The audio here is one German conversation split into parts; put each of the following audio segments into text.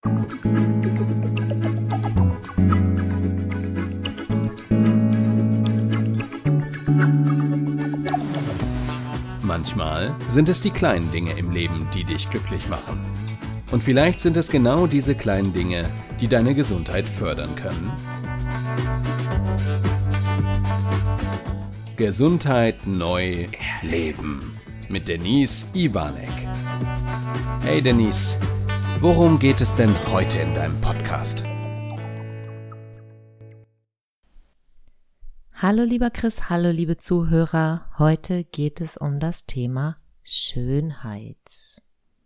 Manchmal sind es die kleinen Dinge im Leben, die dich glücklich machen. Und vielleicht sind es genau diese kleinen Dinge, die deine Gesundheit fördern können. Gesundheit neu erleben mit Denise Iwanek. Hey Denise, worum geht es denn heute in deinem Podcast? Hallo lieber Chris, hallo liebe Zuhörer. Heute geht es um das Thema Schönheit.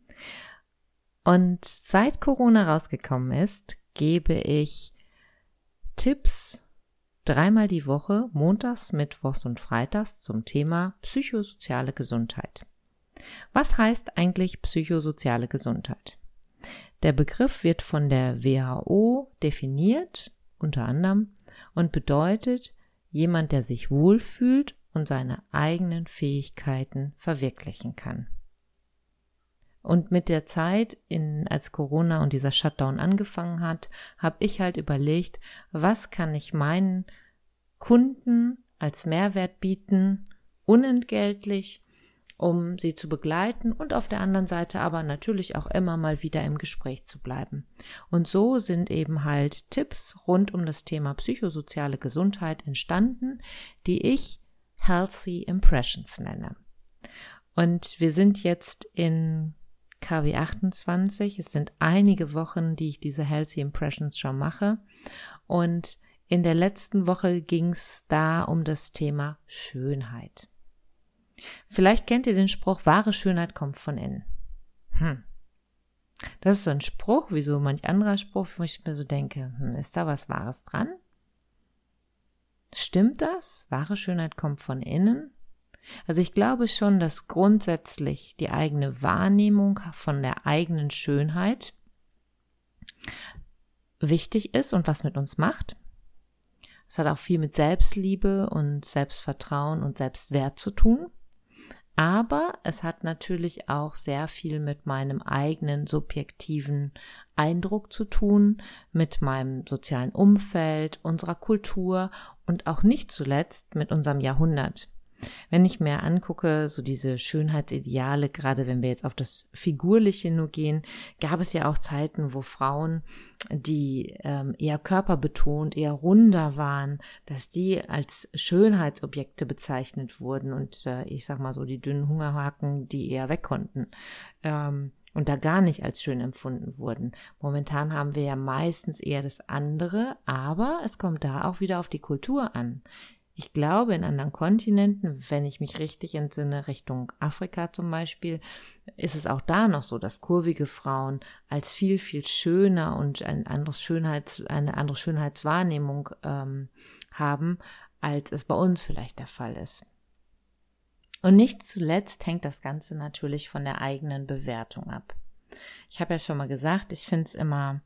Und seit Corona rausgekommen ist, gebe ich Tipps 3-mal die Woche, montags, mittwochs und freitags zum Thema psychosoziale Gesundheit. Was heißt eigentlich psychosoziale Gesundheit? Der Begriff wird von der WHO definiert, unter anderem, und bedeutet, jemand, der sich wohlfühlt und seine eigenen Fähigkeiten verwirklichen kann. Und mit der Zeit, als Corona und dieser Shutdown angefangen hat, habe ich halt überlegt, was kann ich meinen Kunden als Mehrwert bieten, unentgeltlich, um sie zu begleiten und auf der anderen Seite aber natürlich auch immer mal wieder im Gespräch zu bleiben. Und so sind eben halt Tipps rund um das Thema psychosoziale Gesundheit entstanden, die ich Healthy Impressions nenne. Und wir sind jetzt in KW 28, es sind einige Wochen, die ich diese Healthy Impressions schon mache, und in der letzten Woche ging es da um das Thema Schönheit. Vielleicht kennt ihr den Spruch, wahre Schönheit kommt von innen. Das ist so ein Spruch, wie so manch anderer Spruch, wo ich mir so denke, ist da was Wahres dran? Stimmt das? Wahre Schönheit kommt von innen? Also ich glaube schon, dass grundsätzlich die eigene Wahrnehmung von der eigenen Schönheit wichtig ist und was mit uns macht. Es hat auch viel mit Selbstliebe und Selbstvertrauen und Selbstwert zu tun. Aber es hat natürlich auch sehr viel mit meinem eigenen subjektiven Eindruck zu tun, mit meinem sozialen Umfeld, unserer Kultur und auch nicht zuletzt mit unserem Jahrhundert. Wenn ich mir angucke, so diese Schönheitsideale, gerade wenn wir jetzt auf das Figurliche nur gehen, gab es ja auch Zeiten, wo Frauen, die eher körperbetont, eher runder waren, dass die als Schönheitsobjekte bezeichnet wurden und ich sag mal so die dünnen Hungerhaken, die eher weg konnten und da gar nicht als schön empfunden wurden. Momentan haben wir ja meistens eher das andere, aber es kommt da auch wieder auf die Kultur an. Ich glaube, in anderen Kontinenten, wenn ich mich richtig entsinne, Richtung Afrika zum Beispiel, ist es auch da noch so, dass kurvige Frauen als viel, viel schöner und eine andere Schönheitswahrnehmung haben, als es bei uns vielleicht der Fall ist. Und nicht zuletzt hängt das Ganze natürlich von der eigenen Bewertung ab. Ich habe ja schon mal gesagt, ich finde es immer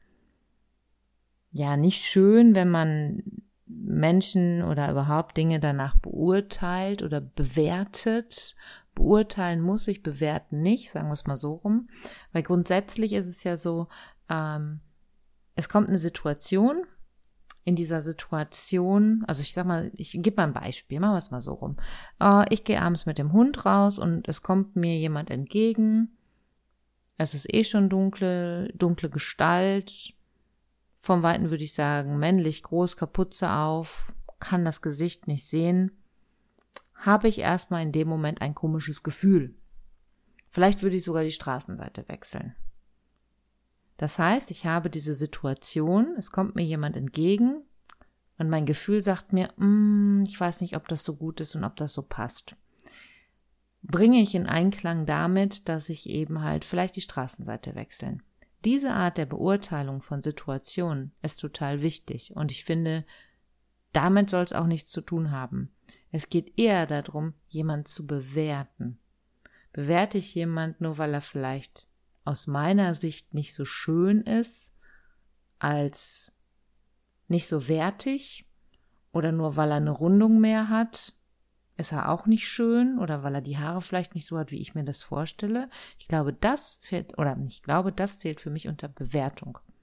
nicht schön, wenn man Menschen oder überhaupt Dinge danach beurteilt oder bewertet. Beurteilen muss ich, bewerten nicht, sagen wir es mal so rum. Weil grundsätzlich ist es ja so, es kommt eine Situation, in dieser Situation, also ich sag mal, ich gebe mal ein Beispiel, machen wir es mal so rum. Ich gehe abends mit dem Hund raus und es kommt mir jemand entgegen. Es ist schon dunkle Gestalt. Vom Weiten würde ich sagen, männlich, groß, Kapuze auf, kann das Gesicht nicht sehen, habe ich erstmal in dem Moment ein komisches Gefühl. Vielleicht würde ich sogar die Straßenseite wechseln. Das heißt, ich habe diese Situation, es kommt mir jemand entgegen und mein Gefühl sagt mir, ich weiß nicht, ob das so gut ist und ob das so passt. Bringe ich in Einklang damit, dass ich eben halt vielleicht die Straßenseite wechseln. Diese Art der Beurteilung von Situationen ist total wichtig und ich finde, damit soll es auch nichts zu tun haben. Es geht eher darum, jemanden zu bewerten. Bewerte ich jemanden nur, weil er vielleicht aus meiner Sicht nicht so schön ist, als nicht so wertig oder nur weil er eine Rundung mehr hat, ist er auch nicht schön oder weil er die Haare vielleicht nicht so hat, wie ich mir das vorstelle. Das zählt für mich unter Bewertung.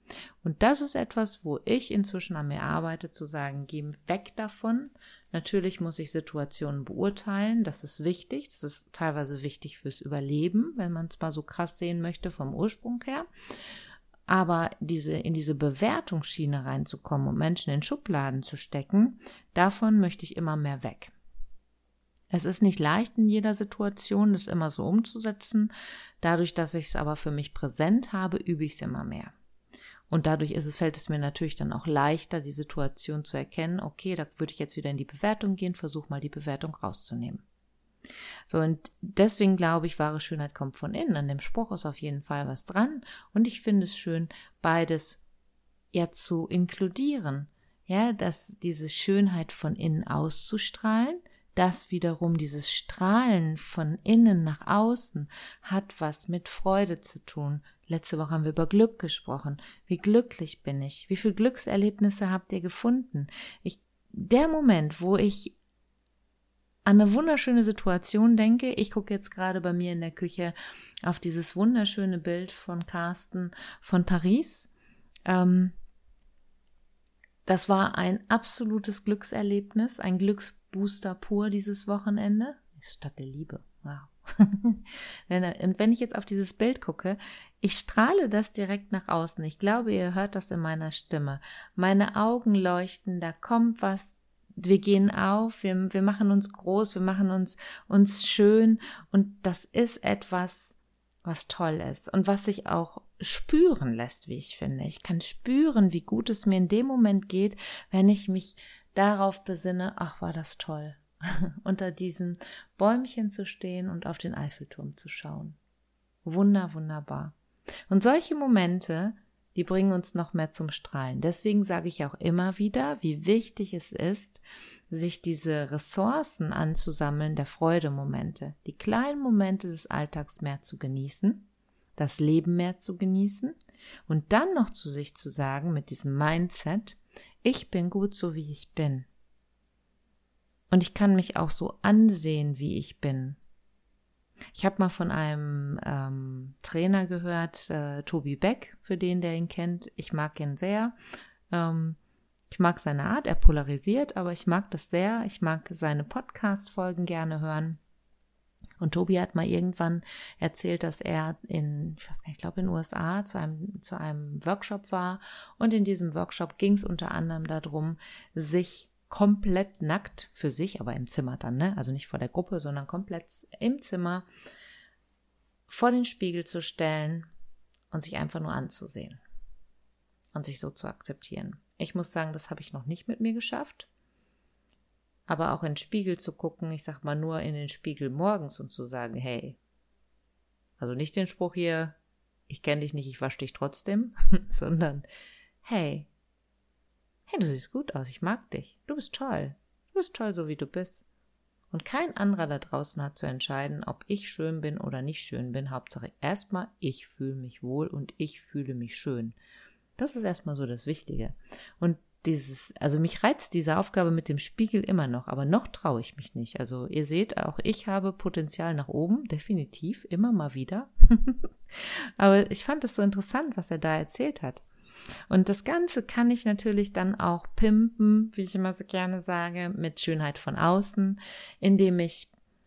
Und das ist etwas, wo ich inzwischen an mir arbeite, zu sagen, geh weg davon. Natürlich muss ich Situationen beurteilen, das ist wichtig, das ist teilweise wichtig fürs Überleben, wenn man es mal so krass sehen möchte vom Ursprung her. Aber in diese Bewertungsschiene reinzukommen und Menschen in Schubladen zu stecken, davon möchte ich immer mehr weg. Es ist nicht leicht in jeder Situation, das immer so umzusetzen. Dadurch, dass ich es aber für mich präsent habe, übe ich es immer mehr. Und dadurch fällt es mir natürlich dann auch leichter, die Situation zu erkennen, okay, da würde ich jetzt wieder in die Bewertung gehen, versuche mal die Bewertung rauszunehmen. So, und deswegen glaube ich, wahre Schönheit kommt von innen. An dem Spruch ist auf jeden Fall was dran. Und ich finde es schön, beides ja zu inkludieren. Ja, dass diese Schönheit von innen auszustrahlen, das wiederum, dieses Strahlen von innen nach außen, hat was mit Freude zu tun. Letzte Woche haben wir über Glück gesprochen. Wie glücklich bin ich? Wie viele Glückserlebnisse habt ihr gefunden? Der Moment, wo ich an eine wunderschöne Situation denke, ich gucke jetzt gerade bei mir in der Küche auf dieses wunderschöne Bild von Carsten von Paris. Das war ein absolutes Glückserlebnis, ein Glücksbooster pur dieses Wochenende. Stadt der Liebe, wow. Und wenn ich jetzt auf dieses Bild gucke, ich strahle das direkt nach außen. Ich glaube, ihr hört das in meiner Stimme. Meine Augen leuchten, da kommt was. Wir gehen auf, wir machen uns groß, wir machen uns schön. Und das ist etwas, was toll ist und was sich auch spüren lässt, wie ich finde. Ich kann spüren, wie gut es mir in dem Moment geht, wenn ich mich darauf besinne, ach, war das toll, unter diesen Bäumchen zu stehen und auf den Eiffelturm zu schauen. Wunderbar. Und solche Momente, die bringen uns noch mehr zum Strahlen. Deswegen sage ich auch immer wieder, wie wichtig es ist, sich diese Ressourcen anzusammeln, der Freudemomente, die kleinen Momente des Alltags mehr zu genießen, das Leben mehr zu genießen und dann noch zu sich zu sagen mit diesem Mindset, ich bin gut so, wie ich bin. Und ich kann mich auch so ansehen, wie ich bin. Ich habe mal von einem Trainer gehört, Tobi Beck, für den, der ihn kennt. Ich mag ihn sehr. Ich mag seine Art, er polarisiert, aber ich mag das sehr. Ich mag seine Podcast-Folgen gerne hören. Und Tobi hat mal irgendwann erzählt, dass er in den USA zu einem Workshop war. Und in diesem Workshop ging es unter anderem darum, sich komplett nackt für sich, aber im Zimmer dann, ne? Also nicht vor der Gruppe, sondern komplett im Zimmer vor den Spiegel zu stellen und sich einfach nur anzusehen und sich so zu akzeptieren. Ich muss sagen, das habe ich noch nicht mit mir geschafft. Aber auch in den Spiegel zu gucken, ich sag mal nur in den Spiegel morgens und zu sagen, hey, also nicht den Spruch hier, ich kenne dich nicht, ich wasche dich trotzdem, sondern hey, du siehst gut aus, ich mag dich, du bist toll so wie du bist. Und kein anderer da draußen hat zu entscheiden, ob ich schön bin oder nicht schön bin. Hauptsache erstmal, ich fühle mich wohl und ich fühle mich schön. Das ist erstmal so das Wichtige. Und mich reizt diese Aufgabe mit dem Spiegel immer noch, aber noch traue ich mich nicht. Also ihr seht, auch ich habe Potenzial nach oben, definitiv, immer mal wieder. Aber ich fand es so interessant, was er da erzählt hat. Und das Ganze kann ich natürlich dann auch pimpen, wie ich immer so gerne sage, mit Schönheit von außen, indem ich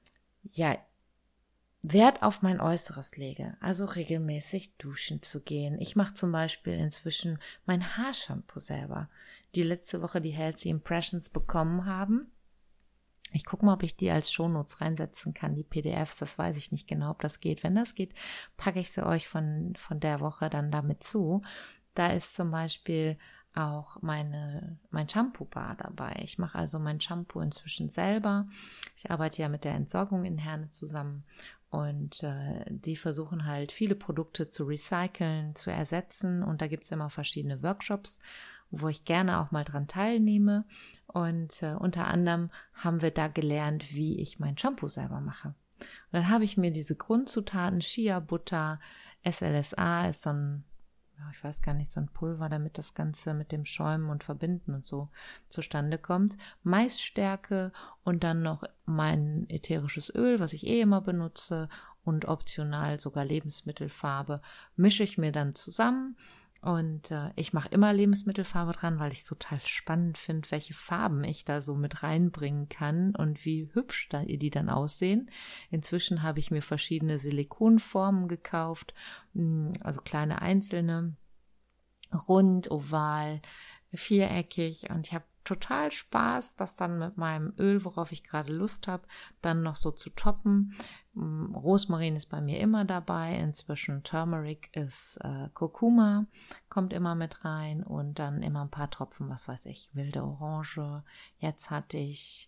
Wert auf mein Äußeres lege, also regelmäßig duschen zu gehen. Ich mache zum Beispiel inzwischen mein Haarshampoo selber, die letzte Woche die Healthy Impressions bekommen haben. Ich gucke mal, ob ich die als Shownotes reinsetzen kann, die PDFs, das weiß ich nicht genau, ob das geht. Wenn das geht, packe ich sie euch von der Woche dann damit zu. Da ist zum Beispiel auch mein Shampoo-Bar dabei. Ich mache also mein Shampoo inzwischen selber. Ich arbeite ja mit der Entsorgung in Herne zusammen und die versuchen halt viele Produkte zu recyceln, zu ersetzen und da gibt es immer verschiedene Workshops, wo ich gerne auch mal dran teilnehme und unter anderem haben wir da gelernt, wie ich mein Shampoo selber mache. Und dann habe ich mir diese Grundzutaten, Shea-Butter, SLSA ist so ein so ein Pulver, damit das Ganze mit dem Schäumen und Verbinden und so zustande kommt. Maisstärke und dann noch mein ätherisches Öl, was ich immer benutze und optional sogar Lebensmittelfarbe, mische ich mir dann zusammen Und ich mache immer Lebensmittelfarbe dran, weil ich es total spannend finde, welche Farben ich da so mit reinbringen kann und wie hübsch die dann aussehen. Inzwischen habe ich mir verschiedene Silikonformen gekauft, also kleine einzelne, rund, oval, viereckig, und ich habe total Spaß, das dann mit meinem Öl, worauf ich gerade Lust habe, dann noch so zu toppen. Rosmarin ist bei mir immer dabei, inzwischen Turmeric ist Kurkuma, kommt immer mit rein, und dann immer ein paar Tropfen, was weiß ich, wilde Orange. Jetzt hatte ich,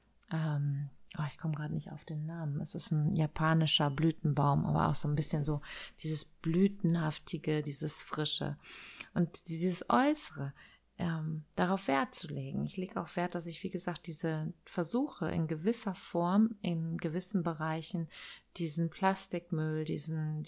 ich komme gerade nicht auf den Namen, es ist ein japanischer Blütenbaum, aber auch so ein bisschen so dieses Blütenhaftige, dieses Frische und dieses Äußere. Darauf Wert zu legen. Ich lege auch Wert, dass ich, wie gesagt, diese versuche in gewisser Form, in gewissen Bereichen, diesen Plastikmüll, diesen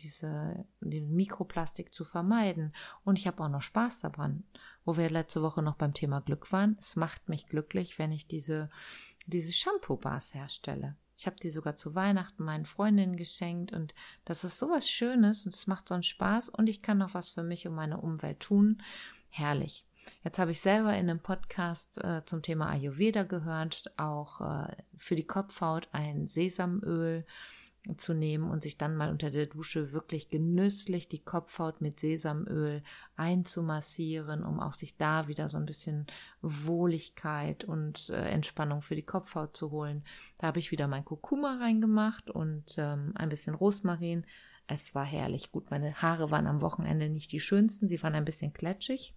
Mikroplastik zu vermeiden. Und ich habe auch noch Spaß daran, wo wir letzte Woche noch beim Thema Glück waren. Es macht mich glücklich, wenn ich diese Shampoo-Bars herstelle. Ich habe die sogar zu Weihnachten meinen Freundinnen geschenkt, und das ist sowas Schönes und es macht so einen Spaß, und ich kann noch was für mich und meine Umwelt tun. Herrlich. Jetzt habe ich selber in einem Podcast zum Thema Ayurveda gehört, auch für die Kopfhaut ein Sesamöl zu nehmen und sich dann mal unter der Dusche wirklich genüsslich die Kopfhaut mit Sesamöl einzumassieren, um auch sich da wieder so ein bisschen Wohligkeit und Entspannung für die Kopfhaut zu holen. Da habe ich wieder mein Kurkuma reingemacht und ein bisschen Rosmarin. Es war herrlich. Gut, meine Haare waren am Wochenende nicht die schönsten, sie waren ein bisschen klatschig,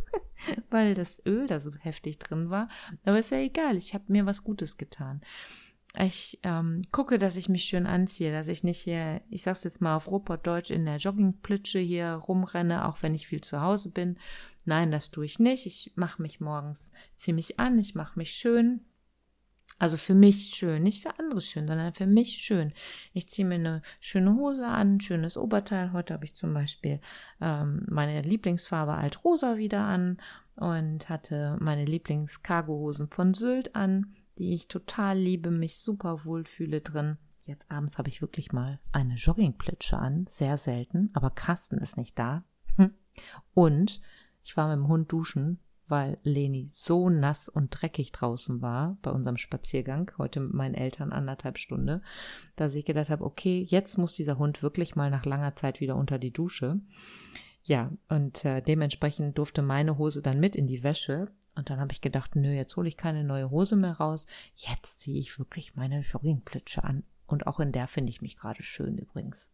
weil das Öl da so heftig drin war. Aber ist ja egal, ich habe mir was Gutes getan. Ich gucke, dass ich mich schön anziehe, dass ich nicht hier, ich sag's jetzt mal auf Ruhrpottdeutsch, in der Joggingplitsche hier rumrenne, auch wenn ich viel zu Hause bin. Nein, das tue ich nicht. Ich mache mich morgens ziemlich an, ich mache mich schön. Also für mich schön, nicht für andere schön, sondern für mich schön. Ich ziehe mir eine schöne Hose an, ein schönes Oberteil. Heute habe ich zum Beispiel meine Lieblingsfarbe Altrosa wieder an und hatte meine Lieblings-Cargo-Hosen von Sylt an, die ich total liebe, mich super wohlfühle drin. Jetzt abends habe ich wirklich mal eine Joggingplitsche an, sehr selten, aber Carsten ist nicht da. Und ich war mit dem Hund duschen, weil Leni so nass und dreckig draußen war bei unserem Spaziergang, heute mit meinen Eltern 1,5 Stunden, dass ich gedacht habe, okay, jetzt muss dieser Hund wirklich mal nach langer Zeit wieder unter die Dusche. Ja, und dementsprechend durfte meine Hose dann mit in die Wäsche. Und dann habe ich gedacht, nö, jetzt hole ich keine neue Hose mehr raus. Jetzt ziehe ich wirklich meine Joggingplitsche an. Und auch in der finde ich mich gerade schön übrigens.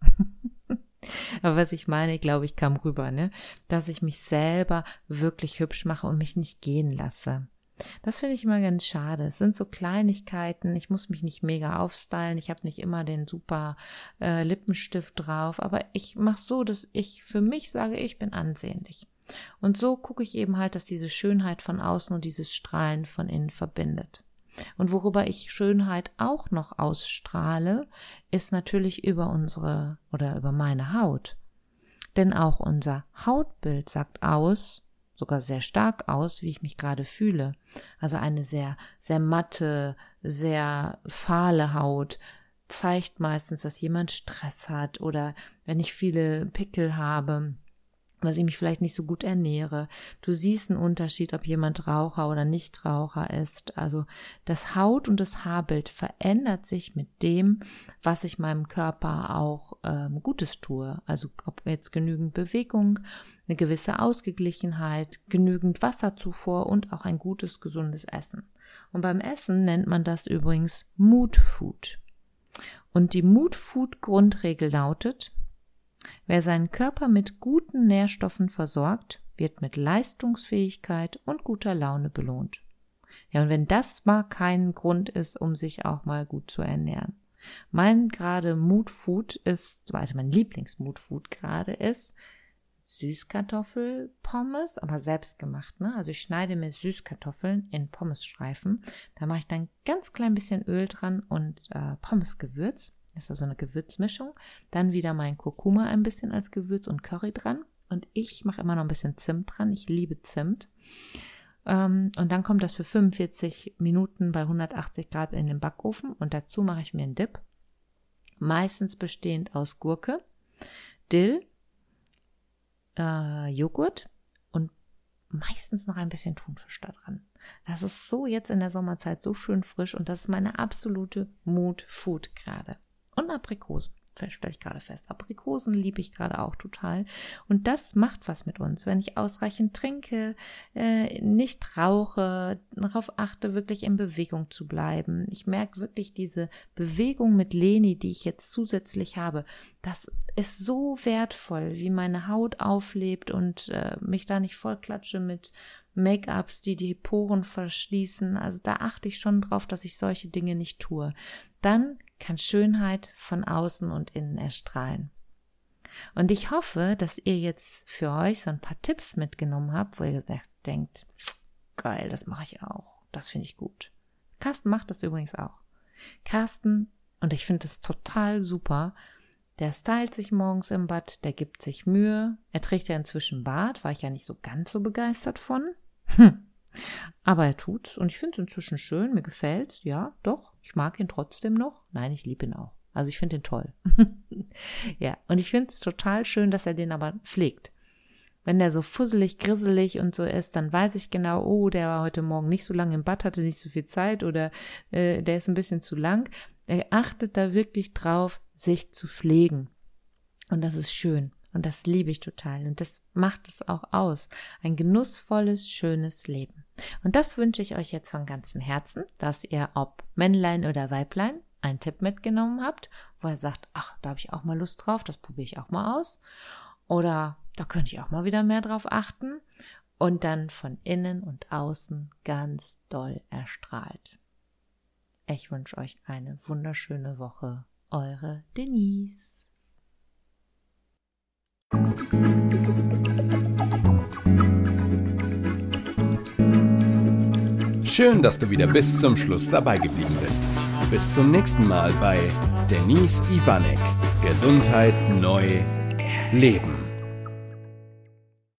Aber was ich meine, glaube ich, kam rüber, ne? Dass ich mich selber wirklich hübsch mache und mich nicht gehen lasse. Das finde ich immer ganz schade. Es sind so Kleinigkeiten. Ich muss mich nicht mega aufstylen. Ich habe nicht immer den super Lippenstift drauf. Aber ich mache so, dass ich für mich sage, ich bin ansehnlich. Und so gucke ich eben halt, dass diese Schönheit von außen und dieses Strahlen von innen verbindet. Und worüber ich Schönheit auch noch ausstrahle, ist natürlich über über meine Haut. Denn auch unser Hautbild sagt aus, sogar sehr stark aus, wie ich mich gerade fühle. Also eine sehr, sehr matte, sehr fahle Haut zeigt meistens, dass jemand Stress hat oder wenn ich viele Pickel habe, dass ich mich vielleicht nicht so gut ernähre. Du siehst einen Unterschied, ob jemand Raucher oder Nichtraucher ist. Also das Haut- und das Haarbild verändert sich mit dem, was ich meinem Körper auch Gutes tue. Also ob jetzt genügend Bewegung, eine gewisse Ausgeglichenheit, genügend Wasserzufuhr und auch ein gutes, gesundes Essen. Und beim Essen nennt man das übrigens Mood Food. Und die Mood Food Grundregel lautet: Wer seinen Körper mit guten Nährstoffen versorgt, wird mit Leistungsfähigkeit und guter Laune belohnt. Ja, und wenn das mal kein Grund ist, um sich auch mal gut zu ernähren. Mein Lieblings-Mood-Food gerade ist Süßkartoffelpommes, aber selbstgemacht, ne? Also ich schneide mir Süßkartoffeln in Pommesstreifen. Da mache ich dann ganz klein bisschen Öl dran und Pommesgewürz. Das ist also eine Gewürzmischung. Dann wieder mein Kurkuma ein bisschen als Gewürz und Curry dran. Und ich mache immer noch ein bisschen Zimt dran. Ich liebe Zimt. Und dann kommt das für 45 Minuten bei 180 Grad in den Backofen. Und dazu mache ich mir einen Dip. Meistens bestehend aus Gurke, Dill, Joghurt und meistens noch ein bisschen Thunfisch da dran. Das ist so jetzt in der Sommerzeit so schön frisch und das ist meine absolute Mood-Food gerade. Und Aprikosen. Stelle ich gerade fest. Aprikosen liebe ich gerade auch total. Und das macht was mit uns. Wenn ich ausreichend trinke, nicht rauche, darauf achte, wirklich in Bewegung zu bleiben. Ich merke wirklich diese Bewegung mit Leni, die ich jetzt zusätzlich habe. Das ist so wertvoll, wie meine Haut auflebt und mich da nicht vollklatsche mit Make-ups, die Poren verschließen. Also da achte ich schon drauf, dass ich solche Dinge nicht tue. Dann kann Schönheit von außen und innen erstrahlen. Und ich hoffe, dass ihr jetzt für euch so ein paar Tipps mitgenommen habt, wo ihr denkt, geil, das mache ich auch. Das finde ich gut. Carsten macht das übrigens auch. Carsten, und ich finde das total super, der stylt sich morgens im Bad, der gibt sich Mühe. Er trägt ja inzwischen Bart, war ich ja nicht so ganz so begeistert von. Aber er tut's und ich finde es inzwischen schön, mir gefällt's, ja, doch, ich mag ihn trotzdem noch. Nein, ich liebe ihn auch. Also ich finde ihn toll. Ja, und ich finde es total schön, dass er den aber pflegt. Wenn der so fusselig, grisselig und so ist, dann weiß ich genau, oh, der war heute Morgen nicht so lange im Bad, hatte nicht so viel Zeit oder der ist ein bisschen zu lang. Er achtet da wirklich drauf, sich zu pflegen. Und das ist schön. Und das liebe ich total. Und das macht es auch aus. Ein genussvolles, schönes Leben. Und das wünsche ich euch jetzt von ganzem Herzen, dass ihr, ob Männlein oder Weiblein, einen Tipp mitgenommen habt, wo ihr sagt, ach, da habe ich auch mal Lust drauf, das probiere ich auch mal aus. Oder da könnte ich auch mal wieder mehr drauf achten. Und dann von innen und außen ganz doll erstrahlt. Ich wünsche euch eine wunderschöne Woche. Eure Denise. Schön, dass du wieder bis zum Schluss dabei geblieben bist. Bis zum nächsten Mal bei Denise Iwanek. Gesundheit neu leben.